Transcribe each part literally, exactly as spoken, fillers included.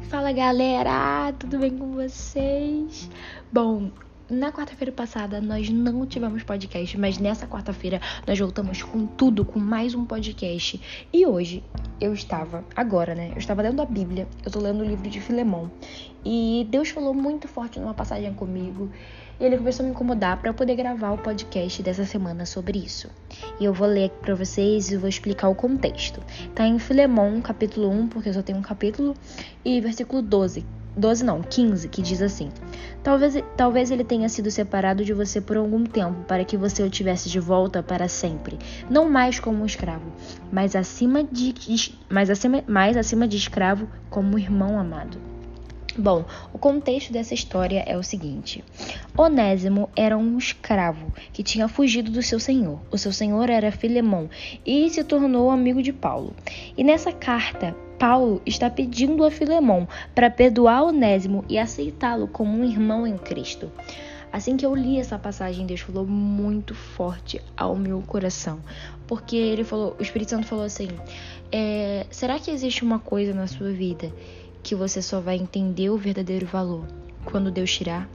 Fala galera, tudo bem com vocês? Bom, na quarta-feira passada nós não tivemos podcast, mas nessa quarta-feira nós voltamos com tudo, com mais um podcast. E hoje eu estava, agora né, eu estava lendo a Bíblia, eu tô lendo o livro de Filemão. E Deus falou muito forte numa passagem comigo. E ele começou a me incomodar para eu poder gravar o podcast dessa semana sobre isso. E eu vou ler aqui para vocês e vou explicar o contexto. Tá em Filemão, capítulo um, porque eu só tenho um capítulo, e versículo doze. doze não, quinze, que diz assim: Talvez, talvez ele tenha sido separado de você por algum tempo, para que você o tivesse de volta para sempre, não mais como um escravo, mas acima de, mas acima, mais acima de escravo, como um irmão amado. Bom, o contexto dessa história é o seguinte: Onésimo era um escravo que tinha fugido do seu senhor. O seu senhor era Filemão e se tornou amigo de Paulo. E nessa carta, Paulo está pedindo a Filemão para perdoar Onésimo e aceitá-lo como um irmão em Cristo. Assim que eu li essa passagem, Deus falou muito forte ao meu coração, porque ele falou, o Espírito Santo falou assim: é, será que existe uma coisa na sua vida que você só vai entender o verdadeiro valor quando Deus tirar?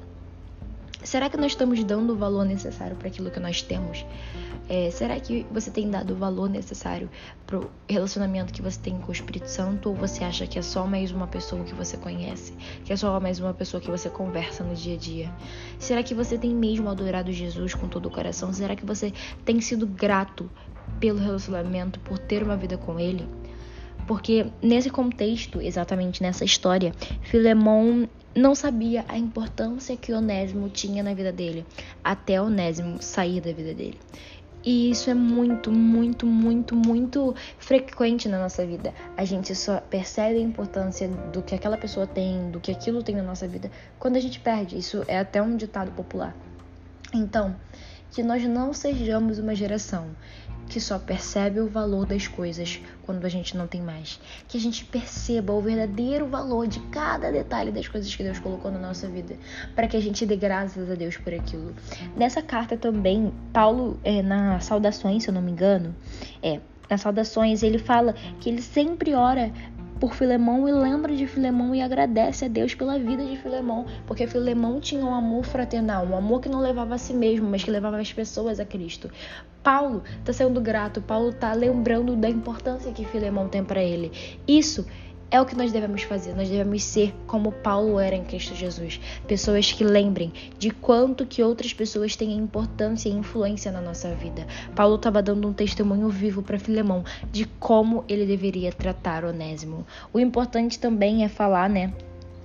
Será que nós estamos dando o valor necessário para aquilo que nós temos? É, será que você tem dado o valor necessário para o relacionamento que você tem com o Espírito Santo? Ou você acha que é só mais uma pessoa que você conhece? Que é só mais uma pessoa que você conversa no dia a dia? Será que você tem mesmo adorado Jesus com todo o coração? Será que você tem sido grato pelo relacionamento, por ter uma vida com Ele? Porque nesse contexto, exatamente nessa história, Filemão não sabia a importância que Onésimo tinha na vida dele, até Onésimo sair da vida dele. E isso é muito, muito, muito, muito frequente na nossa vida. A gente só percebe a importância do que aquela pessoa tem, do que aquilo tem na nossa vida, quando a gente perde. Isso é até um ditado popular. Então, que nós não sejamos uma geração que só percebe o valor das coisas quando a gente não tem mais. Que a gente perceba o verdadeiro valor de cada detalhe das coisas que Deus colocou na nossa vida, para que a gente dê graças a Deus por aquilo. Nessa carta também, Paulo, é, nas saudações, se eu não me engano, é, nas saudações ele fala que ele sempre ora por Filemão e lembra de Filemão e agradece a Deus pela vida de Filemão, porque Filemão tinha um amor fraternal, um amor que não levava a si mesmo, mas que levava as pessoas a Cristo. Paulo está sendo grato, Paulo está lembrando da importância que Filemão tem para ele. Isso é o que nós devemos fazer, nós devemos ser como Paulo era em Cristo Jesus. Pessoas que lembrem de quanto que outras pessoas têm importância e influência na nossa vida. Paulo estava dando um testemunho vivo para Filemão de como ele deveria tratar Onésimo. O importante também é falar, né,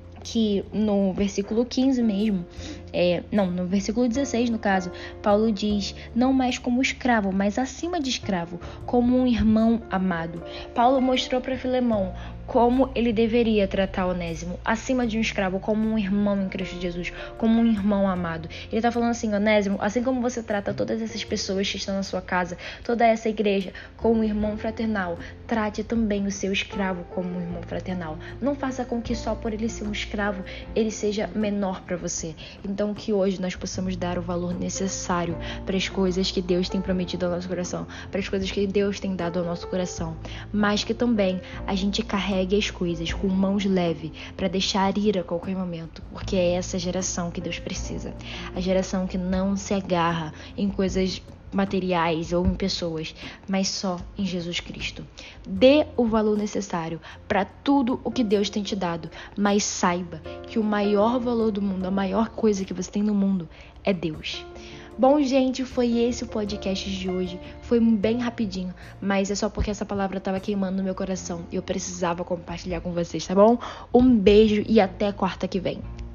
que no versículo quinze mesmo, é, não, no versículo dezesseis no caso, Paulo diz: não mais como escravo, mas acima de escravo, como um irmão amado. Paulo mostrou para Filemão como ele deveria tratar Onésimo, acima de um escravo, como um irmão em Cristo Jesus, como um irmão amado. Ele está falando assim: Onésimo, assim como você trata todas essas pessoas que estão na sua casa, toda essa igreja, como um irmão fraternal, trate também o seu escravo como um irmão fraternal. Não faça com que só por ele ser um escravo, ele seja menor para você. Então que hoje nós possamos dar o valor necessário para as coisas que Deus tem prometido ao nosso coração, para as coisas que Deus tem dado ao nosso coração, mas que também a gente carregue as coisas com mãos leves para deixar ir a qualquer momento, porque é essa geração que Deus precisa, a geração que não se agarra em coisas materiais ou em pessoas, mas só em Jesus Cristo. Dê o valor necessário para tudo o que Deus tem te dado, mas saiba que o maior valor do mundo, a maior coisa que você tem no mundo é Deus. Bom, gente, foi esse o podcast de hoje. Foi bem rapidinho, mas é só porque essa palavra estava queimando no meu coração e eu precisava compartilhar com vocês, tá bom? Um beijo e até quarta que vem.